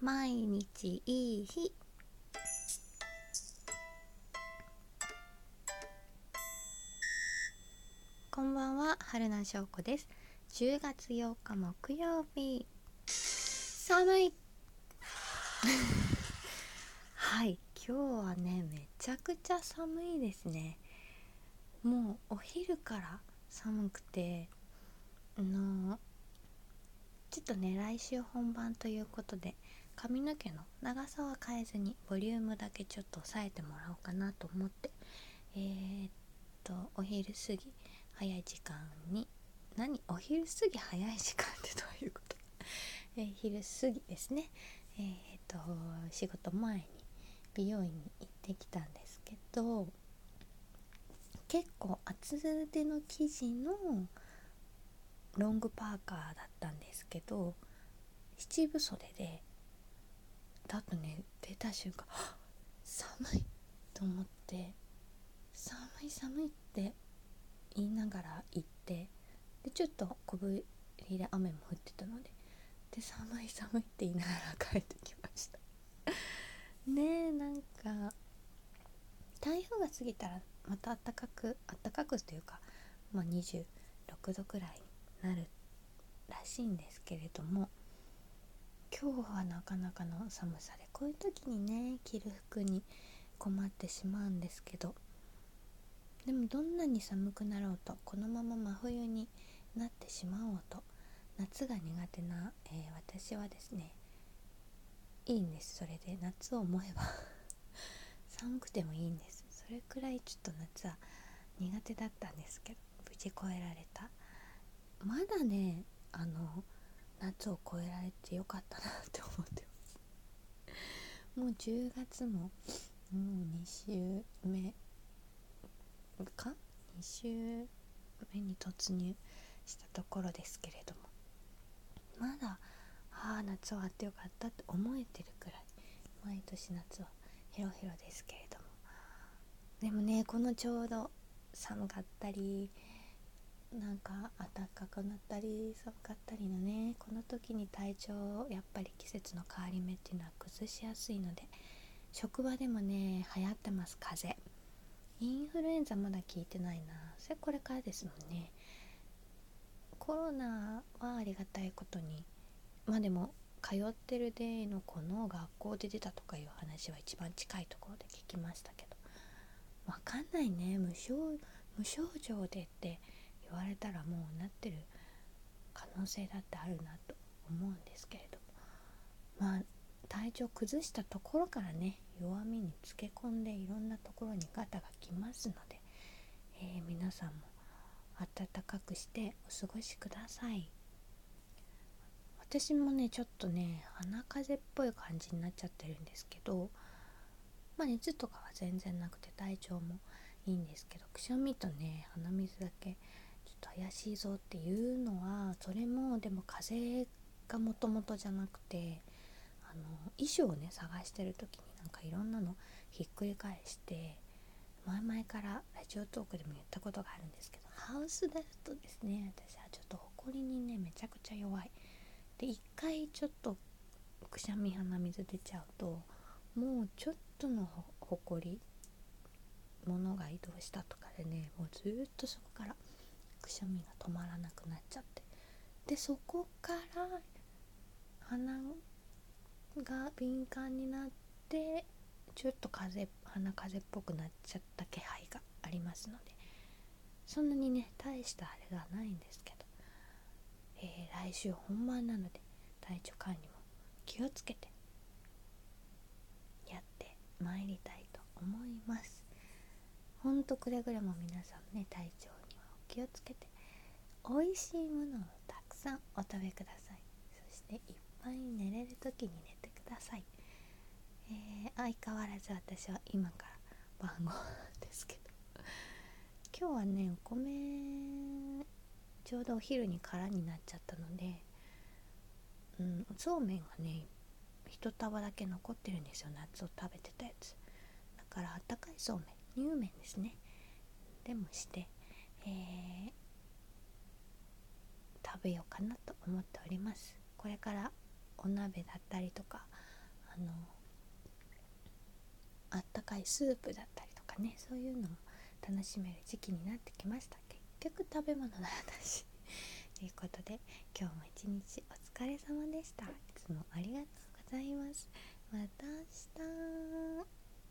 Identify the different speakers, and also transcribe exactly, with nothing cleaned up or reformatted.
Speaker 1: 毎日いい日。こんばんは、春名翔子です。じゅうがつようか木曜日。寒いはい、今日はねめちゃくちゃ寒いですね。もうお昼から寒くて、あのちょっとね来週本番ということで髪の毛の長さは変えずにボリュームだけちょっと抑えてもらおうかなと思って、えー、っとお昼過ぎ早い時間に何お昼過ぎ早い時間ってどういうことえー、昼過ぎですね。えー、っと仕事前に美容院に行ってきたんですけど、結構厚手の生地のロングパーカーだったんですけど、七分袖でだとね出た瞬間寒いと思って、寒い寒いって言いながら行って、でちょっと小降りで雨も降ってたので、で寒い寒いって言いながら帰ってきましたね。えなんか台風が過ぎたらまた暖かく暖かくというか、まあ、にじゅうろくどくらいになるらしいんですけれども、今日はなかなかの寒さで、こういう時にね着る服に困ってしまうんですけど、でもどんなに寒くなろうとこのまま真冬になってしまおうと、夏が苦手な、えー、私はですねいいんです。それで夏を思えば寒くてもいいんです。それくらいちょっと夏は苦手だったんですけど、無事越えられた。まだねあの夏を越えられてよかったなって思ってます。もうじゅうがつももうに週目かに週目に突入したところですけれども、まだああ夏終わってよかったって思えてるくらい毎年夏はヘロヘロですけれども、でもねこのちょうど寒かったりなんか暖かくなったり寒かったりのね、この時に体調やっぱり季節の変わり目っていうのは崩しやすいので、職場でもね流行ってます。風邪、インフルエンザまだ効いてないな、それこれからですもんね。コロナはありがたいことに、まあでも通ってるデイの子の学校で出たとかいう話は一番近いところで聞きましたけど、わかんないね。無症無症状でって言われたらもうなってる可能性だってあるなと思うんですけれども、まあ体調崩したところからね弱みにつけ込んでいろんなところにガタがきますので、えー、皆さんも暖かくしてお過ごしください。私もねちょっとね鼻風邪っぽい感じになっちゃってるんですけど、まあ熱とかは全然なくて体調もいいんですけど、くしゃみとね鼻水だけちょっと怪しいぞっていうのは、それもでも風邪がもともとじゃなくて、あの衣装をね探してる時になんかいろんなのひっくり返して、前々からラジオトークでも言ったことがあるんですけど、ハウスダストですね。私はちょっとほこりにねめちゃくちゃ弱いで、一回ちょっとくしゃみ鼻水出ちゃうともうちょっとのほこり物が移動したとかでね、もうずっとそこからくしゃみが止まらなくなっちゃって、でそこから鼻が敏感になってちょっと風邪鼻風邪っぽくなっちゃった気配がありますので、そんなにね大したあれがないんですけど、えー、来週本番なので体調管理も気をつけてやってまいりたいと思います。ほんとくれぐれも皆さんね体調にはお気をつけて、美味しいものをたくさんお食べください。そしていっぱい寝れる時に寝てください。えー、相変わらず私は今から晩ご飯ですけど、今日はねお米ちょうどお昼に空になっちゃったので、うん、そうめんがね一束だけ残ってるんですよ、夏を食べてたやつだから。あったかいそうめん、乳麺ですね、でもして、えー、食べようかなと思っております。これからお鍋だったりとかのあったかいスープだったりとかね、そういうのも楽しめる時期になってきました。結局食べ物の話ということで、今日も一日お疲れ様でした。いつもありがとうございます。また明日。